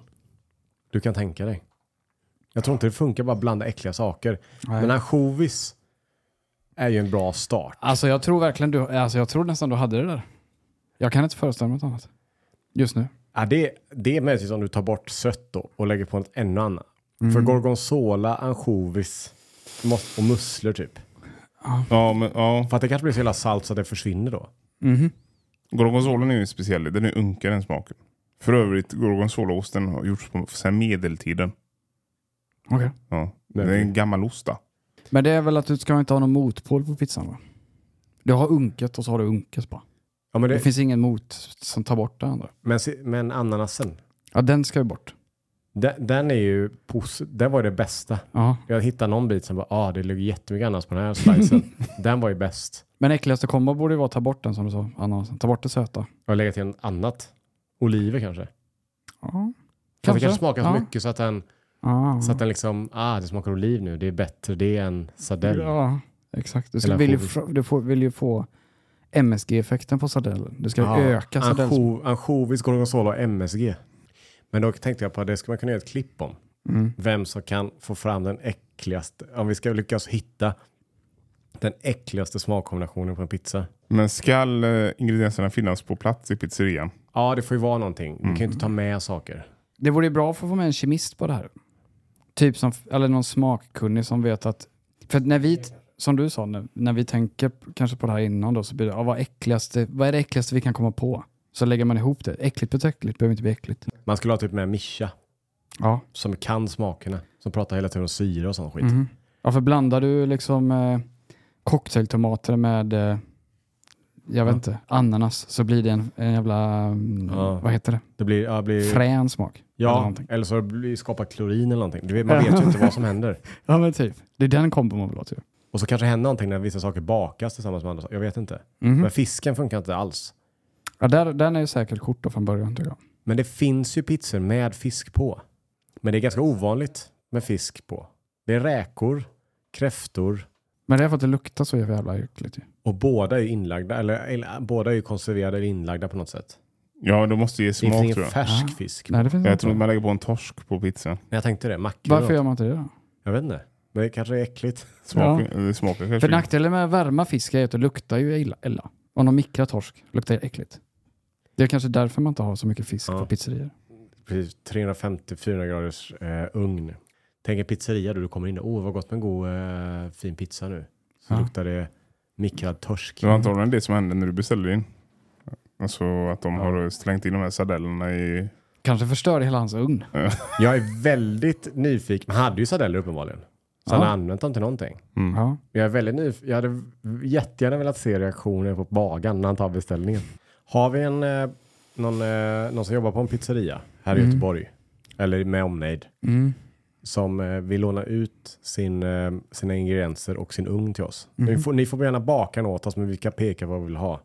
Du kan tänka dig. Jag tror inte det funkar bara blanda äckliga saker. Nej. Men ansjovis är ju en bra start. Alltså jag tror verkligen du, alltså jag tror nästan du hade det där. Jag kan inte föreställa mig något annat. Just nu. Ja, det, det är mest om du tar bort sött då och lägger på något ännu annat. Mm. För gorgonzola, ansjovis och musslor typ. Ja. Ja, men, ja. För att det kanske blir så hela salt så att det försvinner då. Mm. Gorgonzolan är ju speciell. Den är unkare än smaken. För övrigt, gorgonzolaosten har gjorts på sen medeltiden. Okej. Okay. Ja, det är en gammal osta. Men det är väl att du ska inte ha någon motpol på pizzan va? Du har unket och så har du unket bara. Ja, men det... det finns ingen mot som tar bort det andra. Men, men ananasen? Ja, den ska ju bort. Den, den är ju pos- den var det bästa. Ja. Jag hittade någon bit som bara, ah, det ligger jättemycket annars på den här slicen. Den var ju bäst. Men äckligaste kombo borde ju vara att ta bort den som du sa, ananasen. Ta bort det söta. Och lägga till en annat. Oliver kanske. Ja. Kanske. Kanske. Det kanske smakar så ja. mycket så att den ja. så att den liksom, ah, det smakar oliv nu. Det är bättre det än sardell. Ja, exakt. Du, ska, vill, ju få, du får, vill ju få M S G-effekten på sardellen. Du ska ja. öka sardell. Ansjo, ansjovis, gorgonzola och M S G. Men då tänkte jag på att det ska man kunna göra ett klipp om. Mm. Vem som kan få fram den äckligaste, om vi ska lyckas hitta den äckligaste smakkombinationen på en pizza. Men ska uh, ingredienserna finnas på plats i pizzerian? Ja, det får ju vara någonting. Vi mm. kan ju inte ta med saker. Det vore bra för att få med en kemist på det här. Typ som, eller någon smakkunnig som vet att, för när vi, som du sa, när, när vi tänker kanske på det här innan då, så blir det, ja, vad, äckligaste, vad är det äckligaste vi kan komma på? Så lägger man ihop det. Äckligt på äckligt behöver inte bli äckligt. Man skulle ha typ med Mischa. Ja. Som kan smakerna. Som pratar hela tiden om syre och sån skit. Mm. Ja, för blandar du liksom eh, cocktailtomater med eh, jag vet ja. inte, ananas, så blir det en, en jävla ja. vad heter det? Det blir, ja, blir... frän smak. Ja, eller, eller så blir det skapat klorin eller någonting. Du vet, man vet ju inte vad som händer. Ja, men typ. Det är den kombo man vill ha, typ. Och så kanske händer någonting när vissa saker bakas tillsammans med andra. Jag vet inte. Mm. Men fisken funkar inte alls. Ja, där, den är ju säkert kort då från början tycker jag. Men det finns ju pizzor med fisk på. Men det är ganska ovanligt med fisk på. Det är räkor, kräftor. Men det har fått det lukta så jävla äckligt ju. Och båda är ju inlagda, eller, eller båda är ju konserverade eller inlagda på något sätt. Ja, de måste ge Det smak finns ingen tror jag. färsk Ja. fisk. Nej, det finns Jag inte. tror att man lägger på en torsk på pizzan. Jag tänkte det, mackor. Varför gör man inte det då? Jag vet inte. Men det kanske är äckligt. Smak, det smakar kanske. För nackdelen med att värma fisk är att det luktar ju illa. illa. Om de mikrar torsk luktar det äckligt. Det är kanske därför man inte har så mycket fisk Ja. på pizzerior. Precis, trehundrafemtio till fyrahundra graders eh, ugn. Tänk en pizzeria då du kommer in och åh vad gott med en god eh, fin pizza nu. Så Ja. luktar det mikrad torsk. Det var antagligen det som hände när du beställde in. Alltså att de har slängt in de här sardellerna i... Kanske förstör hela hans ugn. Jag är väldigt nyfiken. Man hade ju sardeller uppenbarligen. Så Ja. han har använt dem till någonting. Mm. Ja. Jag är väldigt nyfiken. Jag hade jättegärna velat se reaktioner på bagaren när han tar beställningen. Har vi en eh, någon, eh, någon som jobbar på en pizzeria här i Mm. Göteborg eller med omnejd Mm. som eh, vill låna ut sin, eh, sina ingredienser och sin ugn till oss. Mhm. Ni, får, ni får gärna baka åt oss men vi kan peka vad vi vill ha.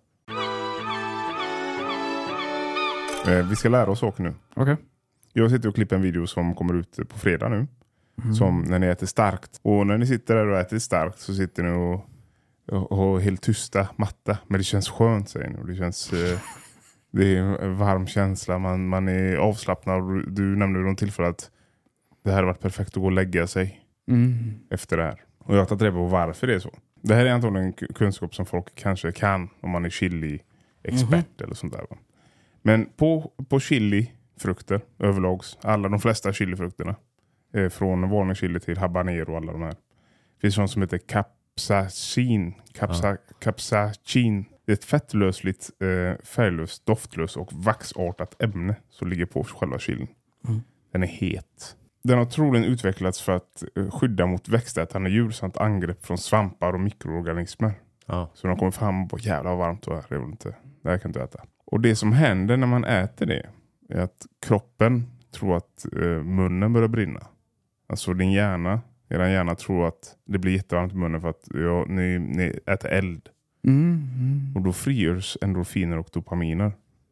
Eh, vi ska lära oss saker nu. Okej. Jag sitter och klipper en video som kommer ut på fredag nu. Mm. Som när ni äter starkt. Och när ni sitter där och äter starkt så sitter ni och, och, och har helt tysta matta. Men det känns skönt säger ni. Och det känns... Eh, det är en varm känsla. Man, man är avslappnad. Du, du nämnde vid någon tillfälle att det här har varit perfekt att gå och lägga sig Mm. efter det här. Och jag har tagit reda på varför det är så. Det här är antagligen en kunskap som folk kanske kan om man är chili-expert Mhm. eller sånt där. Va? Men på, på chili-frukter överlags, alla de flesta chilifrukterna eh, från vanlig chili till habanero och alla de här. Det finns sånt som heter capsaicin. Capsa, capsaicin. Det är ett fettlösligt, eh, färglöst, doftlöst och vaxartat ämne som ligger på själva chilin. Mm. Den är het. Den har troligen utvecklats för att eh, skydda mot växtätande djur samt angrepp från svampar och mikroorganismer. Ja. Så de kommer fram på jävla varmt och det är väl inte, det här kan du äta. Och det som händer när man äter det är att kroppen tror att eh, munnen börjar brinna. Alltså din hjärna, er hjärna tror att det blir jättevarmt i munnen för att ja, ni, ni äter eld. Mm. Mm. Och då frigörs endorfiner och dopaminer.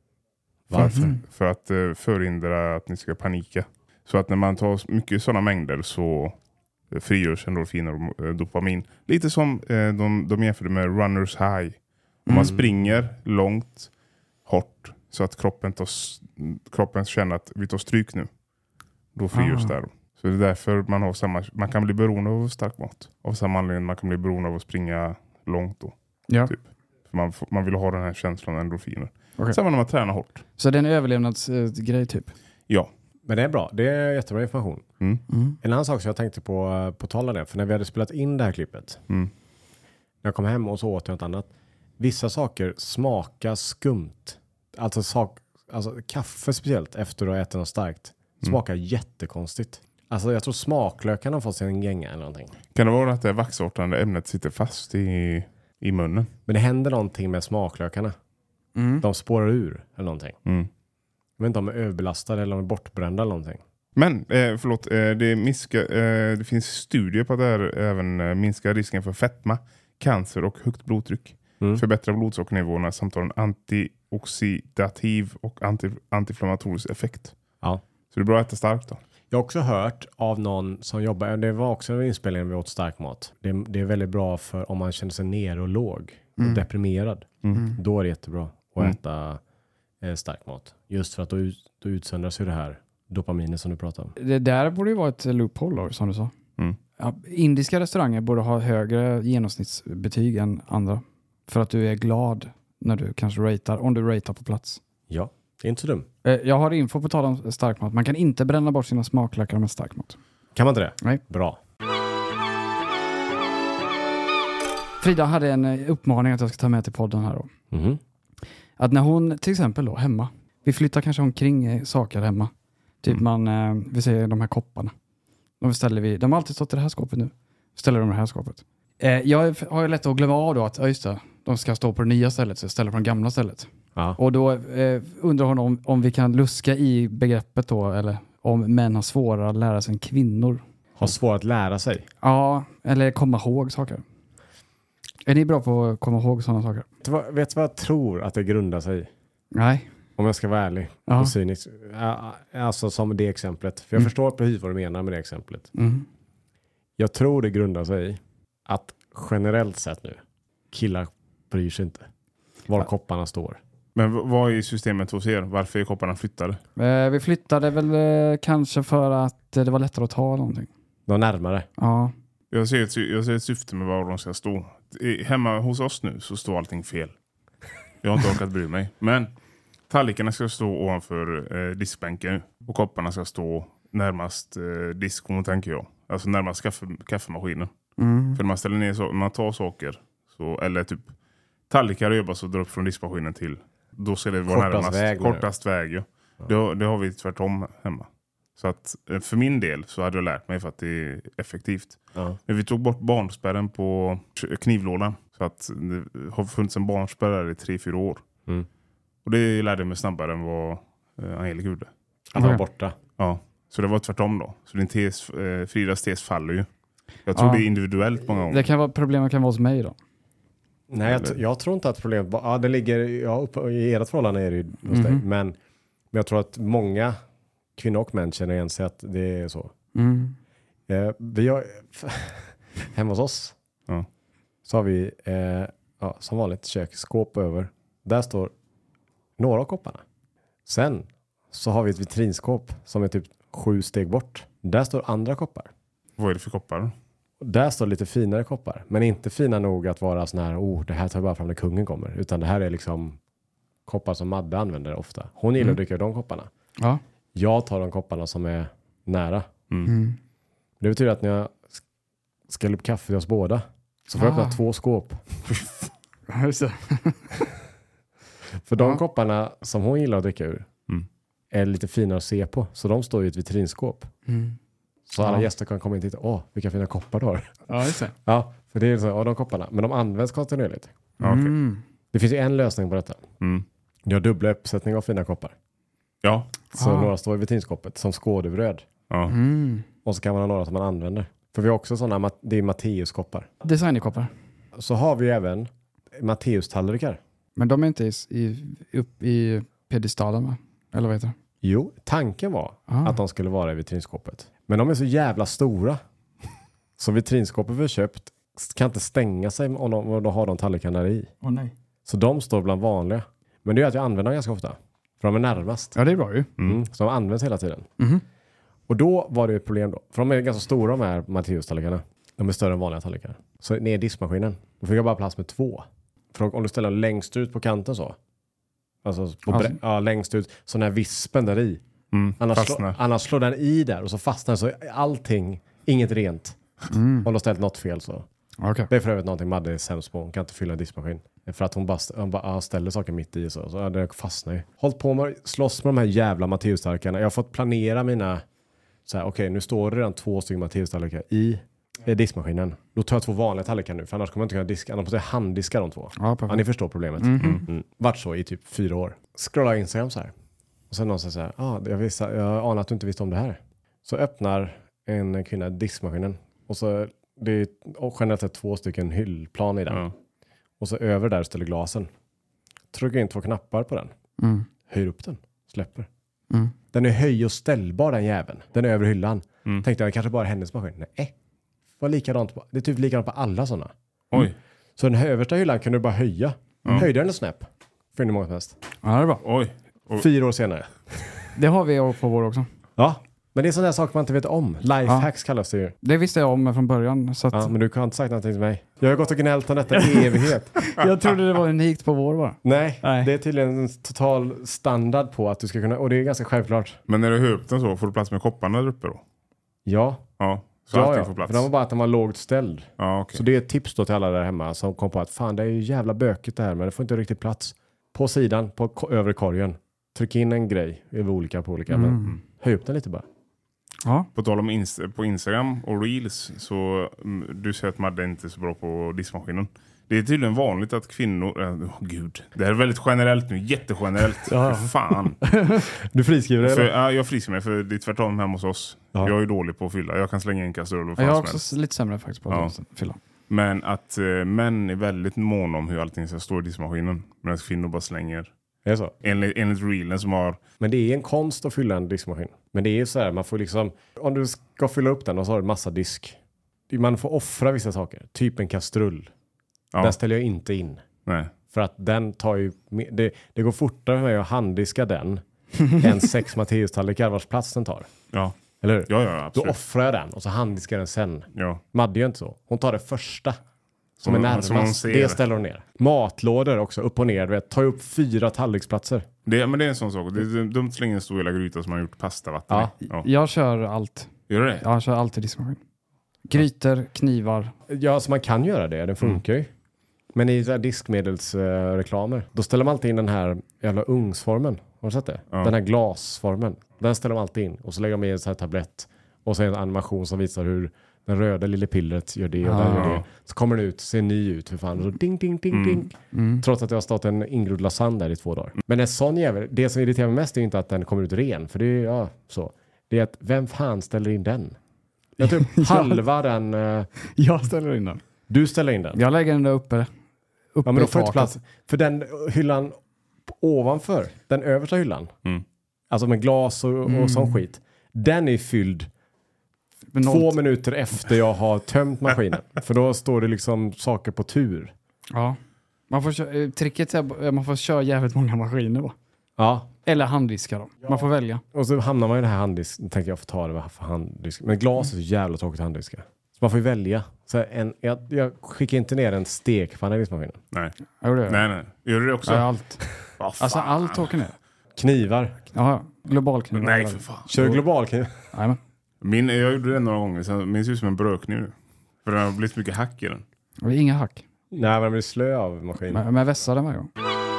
Varför? Mhm. För att eh, förhindra att ni ska panika. Så att när man tar mycket sådana mängder så eh, frigörs endorfiner och eh, dopamin. Lite som eh, de, de jämför med runners high. Om man springer långt, hårt, så att kroppen, tar, s- kroppen känner att vi tar stryk nu. Då frigörs Ah. det. Så det är därför man har samma, man kan bli beroende av stark mat. Av samma anledning man kan bli beroende av att springa långt då. Ja. Typ. För man, får- man vill ha den här känslan av endorfiner. Okej. Samma när man tränar hårt. Så det är en överlevnadsgrej typ? Ja. Men det är bra. Det är jättebra information. Mm. Mm. En annan sak som jag tänkte på eh, på tal om det. För när vi hade spelat in det här klippet. Mm. När jag kom hem och så åt jag något annat. Vissa saker smakar skumt. Alltså, sak, alltså kaffe speciellt efter att ha ätit något starkt. Smakar jättekonstigt. Alltså jag tror smaklöken har fått sig en gänga eller någonting. Kan det vara att det vaxartande ämnet sitter fast i, i munnen? Men det händer någonting med smaklökarna. Mm. De spårar ur eller någonting. Mm. Jag vet inte om de är överbelastade eller om de är bortbrända eller någonting. Men, eh, förlåt, eh, det, minska, eh, det finns studier på att det här även eh, minskar risken för fetma, cancer och högt blodtryck. Mm. Förbättrar blodsockernivåerna samt har en antioxidativ och anti, antiinflammatorisk effekt. Ja. Så det är bra att äta starkt då. Jag har också hört av någon som jobbar, det var också en inspelning vi åt stark mat. Det, det är väldigt bra för om man känner sig nere och låg och deprimerad. Mm. Då är det jättebra att Mm. äta eh, stark mat. Just för att då, ut, då utsöndras ju det här dopaminet som du pratar om. Det där borde ju vara ett loophole då, som du sa. Mm. Ja, indiska restauranger borde ha högre genomsnittsbetyg än andra. För att du är glad när du kanske ratear, om du ratear på plats. Ja, det är inte så dumt. Eh, Jag har info på tal om starkmat. Man kan inte bränna bort sina smaklökar med starkmat. Kan man inte det? Nej. Bra. Frida hade en eh, uppmaning att jag ska ta med till podden här då. Mhm. Att när hon till exempel då hemma, vi flyttar kanske omkring eh, saker hemma. Typ man, eh, vi säger de här kopparna. De ställer vi, de har alltid stått i det här skåpet nu. Ställer de i det här skåpet. Eh, jag har ju lätt att glömma av då att, ja just det, de ska stå på det nya stället så jag ställer på det gamla stället. Ja. Och då eh, undrar hon om, om vi kan luska i begreppet då, eller om män har svårare att lära sig än kvinnor. Har svårt att lära sig. Ja, eller komma ihåg saker. Är ni bra på att komma ihåg sådana saker? Vet du vad, vet du vad jag tror att det grundar sig i? Nej. Om jag ska vara ärlig Ja. och cynisk. Ja, alltså som det exemplet. För jag Mm. förstår precis vad du menar med det exemplet. Mm. Jag tror det grundar sig i att generellt sett nu, killar bryr sig inte var Ja. kopparna står. Men v- vad är systemet hos er? Varför är kopparna flyttade? Eh, vi flyttade väl eh, kanske för att eh, det var lättare att ta någonting. De närmare. Ja. Jag ser, ett, sy- jag ser ett syfte med var de ska stå. I- Hemma hos oss nu så står allting fel. Jag har inte orkat bry mig. Men tallrikarna ska stå ovanför eh, diskbänken och kopparna ska stå närmast eh, diskon, tänker jag. Alltså närmast kaffe, kaffemaskinen. Mm. För när man ställer ner så, när man tar saker så, eller typ tallrikar och jobbar så drar upp från diskmaskinen till, då ska det vara Kortast närmast väg, menar du? kortast väg. Ja. Det, det har vi tvärtom hemma. Så att eh, för min del så hade jag lärt mig för att det är effektivt. Ja. Men vi tog bort barnspärren på knivlådan. Så att det har funnits en barnspärr där i tre, fyra år. Mm. Och det lärde jag mig snabbare än vad eh, Angelica gjorde. Att vara Okej. borta. Ja. Så det var tvärtom då. Så din tes, eh, Fridas tes faller ju. Jag tror Ja. det är individuellt många gånger. Det kan vara, problemet kan vara hos mig då. Nej, jag, t- jag tror inte att problemet... ba- Ja, det ligger... Ja, upp, i ert förhållande är det ju hos dig. Mhm. Men, men jag tror att många kvinnor och män känner igen sig att det är så. Mm. Eh, vi har... hemma hos oss Ja. så har vi eh, ja, som vanligt köksskåp över. Där står några av kopparna. Sen så har vi ett vitrinskåp som är typ sju steg bort. Där står andra koppar. Vad är det för koppar? Och där står lite finare koppar. Men inte fina nog att vara sån här, oh, det här tar jag bara fram när kungen kommer. Utan det här är liksom koppar som Madde använder ofta. Hon gillar Mm. att dricka de kopparna. Ja. Jag tar de kopparna som är nära. Mm. Mm. Det betyder att när jag ska hälla upp kaffe till oss båda så får jag Ah. öppna två skåp. Just det. För de Ja. kopparna som hon gillar att dricka ur Mm. är lite finare att se på. Så de står i ett vitrinskåp. Mm. Så alla Ja. gäster kan komma in och titta. Åh, vilka fina koppar du har. Ja, just det. Ja, för det är så, ja, de kopparna. Men de används kontinuerligt. Ja, okej. Mm. Det finns ju en lösning på detta. Mm. Du har dubbla uppsättningar av fina koppar. Ja. Så Ah. några står i vitrinskåpet som skådebröd. Ja. Mm. Och så kan man ha några som man använder. För vi har också sådana, det är Matteuskoppar. Designerkoppar. Så har vi även Matteustallrikar. Men de är inte i, i, upp i pedestalen, va? Eller vad heter det? Jo, tanken var Ah. att de skulle vara i vitrinskåpet. Men de är så jävla stora. Så vitrinskåpet vi har köpt kan inte stänga sig om de, om de har de tallrikarna där i. Åh nej. Så de står bland vanliga. Men det är att jag använder dem ganska ofta. För de är närmast. Ja, det är bra ju. Mm. Så de används hela tiden. Mhm. Och då var det ett problem då. För de är ganska stora de här Matteustallrikarna. De är större än vanliga tallrikar. Så ner i diskmaskinen. Då fick jag bara plats med två. För om du ställer den längst ut på kanten så. Alltså, på Alltså- bre- ja, längst ut. Så den här vispen där i. Mm. Annars, slå, Fastnar. annars slår den i där och så fastnar den så är allting, inget rent. Mm. Om du har ställt något fel så. Okej. Det är för övrigt någonting Madde är sämst på. Hon kan inte fylla en diskmaskin. För att hon bara, hon bara ja, ställer saker mitt i så. Så ja, det fastnar ju. Hållt på med att slåss med de här jävla Matteustallrikarna. Jag har fått planera mina... Så här, okej, nu står det redan två stycken Matteustallrikar i eh, diskmaskinen. Då tar jag två vanliga tallrikar nu. För annars kommer jag inte kunna diska. Annars måste jag handdiska de två. Ja, Ja, perfekt. ni förstår problemet. Mhm. Mm. Vart så i typ fyra år. Scrolla Instagram så här. Och sen någon säger så här. Ah, jag, visste, jag anar att du inte visste om det här. Så öppnar en kvinna diskmaskinen. Och så det är och generellt sett två stycken hyllplan i den. Ja. Och så över där ställer glasen. Trycker in två knappar på den. Mm. Höjer upp den. Släpper. Mm. Den är höj och ställbar den jäveln. Den är över hyllan. Mm. Tänkte jag kanske bara hennes maskin. Nej. Var likadant på, det är typ likadant på alla sådana. Oj. Så den översta hyllan kunde du bara höja. Ja. Höjde den en snäpp. För hur många som helst. Ja, det är bra. Oj. Och- Fyra år senare. Det har vi på vår också. Ja. Men det är sådana saker man inte vet om. Lifehacks kallas det ju. Det visste jag om från början. Så att Ja, men du kan inte sagt någonting till mig. Jag har gått och gnällt om detta i evighet. jag trodde det var unikt på vår bara. Nej, Nej. det är tydligen en total standard på att du ska kunna, och det är ganska självklart. Men när du hör upp den så, får du plats med kopparna där uppe då? Ja, Ja. Så ja, allting ja. får plats? För de var bara att de var lågt ställd. Ja, okej. Så det är ett tips då till alla där hemma som kom på att fan det är ju jävla bökigt det här men det får inte riktigt plats. På sidan, på ko- övre korgen. Tryck in en grej över olika på olika. Mm. Men höj upp den lite bara. Ja. På tal om inst- på Instagram och Reels så mm, du säger att Madde inte är så bra på diskmaskinen. Det är tydligen vanligt att kvinnor... Åh oh, gud, det här är väldigt generellt nu. Jättegenerellt. Ja. För fan. Du friskriver det För, eller? ja, jag friskar mig för det är tvärtom hemma hos oss. Ja. Jag är dålig på att fylla. Jag kan slänga in kastrull och fan Jag är som också helst. lite sämre faktiskt på Ja. att fylla. Men att eh, män är väldigt måna om hur allting ska stå i diskmaskinen. Medan kvinnor bara slänger Är det så? Enligt, enligt reelen som har... Men det är en konst att fylla en diskmaskin. Men det är ju så här, man får liksom... Om du ska fylla upp den och så har du massa disk. Man får offra vissa saker. Typ en kastrull. Ja. Den ställer jag inte in. Nej. För att den tar ju... Det, det går fortare för mig att handdiska den än sex Matteus-tallrikar vars plats den tar. Ja. Eller hur? Ja, ja, absolut. Då offrar jag den och så handdiskar den sen. Ja. Madde gör inte så. Hon tar det första som Mm, är som hon närmast. ser. Det ställer hon ner. Matlådor också, upp och ner. Du vet, tar ju upp fyra tallriksplatser. Det, men det är en sån sak. Det är dumt att slänga en stor hela gryta som har gjort pastavatten. Ja. Ja. Jag kör allt. Gör du det? Jag kör alltid diskmaskin. Grytor, knivar. Ja, så man kan göra det. Den funkar ju. Men i så här diskmedelsreklamer, då ställer man alltid in den här jävla ugnsformen. Har du sett det? Ja. Den här glasformen. Den ställer man alltid in. Och så lägger man i en sån här tablett. Och så en animation som visar hur den röda lilla pillret gör det och Ah. den gör det. Så kommer den ut, ser ny ut för fan. Och så ding, ding, ding, Mm. ding. Mm. Trots att jag har stått en ingrodd lasagne där i två dagar. Men en sån jävel, det som irriterar mig mest är inte att den kommer ut ren. För det är ja, så. Det är att vem fan ställer in den? Jag tror Ja. halva den... eh, Jag ställer in den. du ställer in den. Jag lägger den där uppe. Uppe Ja, men då i får inte taket. plats. För den hyllan ovanför, den översta hyllan, Mm. alltså med glas och, och Mm. sån skit, den är fylld Men två noll- minuter efter jag har tömt maskinen. För då står det liksom saker på tur. Ja. Man får köra, tricket är att man får köra jävligt många maskiner då. Ja. Eller handdiskar då. Man får välja. Och så hamnar man i det här handdisk. Nu tänker jag få ta det för handdisk. Men glas är så jävla tråkigt att handdiska. Så man får ju välja. Så en, jag, jag skickar inte ner en stekpanna i diskmaskinen. Nej. Ja, det gör jag. Nej, nej. Gör du det också? Ja, allt. Vad fan? Alltså allt åker ner. Knivar. Ja, globalkniv. Nej, för fan. Kör global kniv. Jajamän. Min, jag gjorde det några gånger, så den ser ut som en brödkniv nu. För det har blivit mycket hack i den. Det är inga hack. Nej, men den blir slö av maskinen. Men jag vässar den varje gång.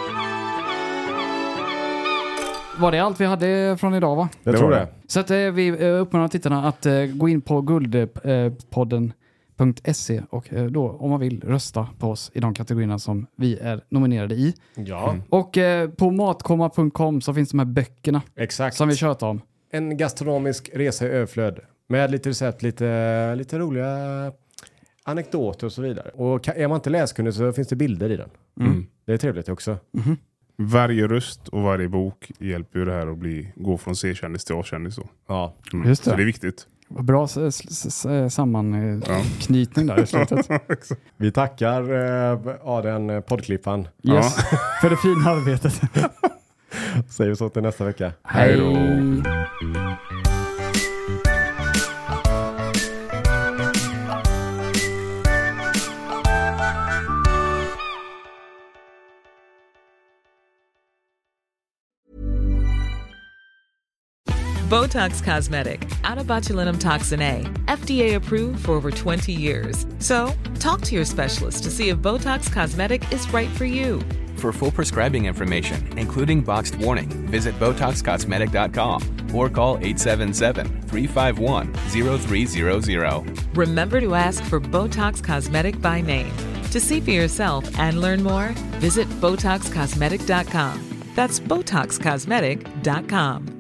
Var det allt vi hade från idag va? Jag Det tror var det. Så att, eh, vi eh, uppmanar tittarna att eh, gå in på guldpodden punkt se och eh, då om man vill rösta på oss i de kategorierna som vi är nominerade i. Ja, Och eh, på matkomma punkt com så finns de här böckerna exakt. som vi tjötar om. En gastronomisk resa i överflöd. Med lite recept, lite, lite roliga anekdoter och så vidare. Och kan, är man inte läskunnig så finns det bilder i den. Mm. Det är trevligt också. Varje röst och varje bok hjälper ju det här att bli, gå från C-kändis till A-kändis. Så. Ja. Mm. Just det. Så det är viktigt. Bra s- s- s- sammanknytning där i slutet. Vi tackar eh, ja, den poddklippan. Yes. För det fina arbetet. Säger vi så till nästa vecka. Hej då. Botox Cosmetic, out of botulinum toxin A, F D A approved for over twenty years. So, talk to your specialist to see if Botox Cosmetic is right for you. For full prescribing information, including boxed warning, visit Botox Cosmetic dot com or call eight seven seven, three five one, zero three zero zero. Remember to ask for Botox Cosmetic by name. To see for yourself and learn more, visit Botox Cosmetic dot com. That's Botox Cosmetic dot com.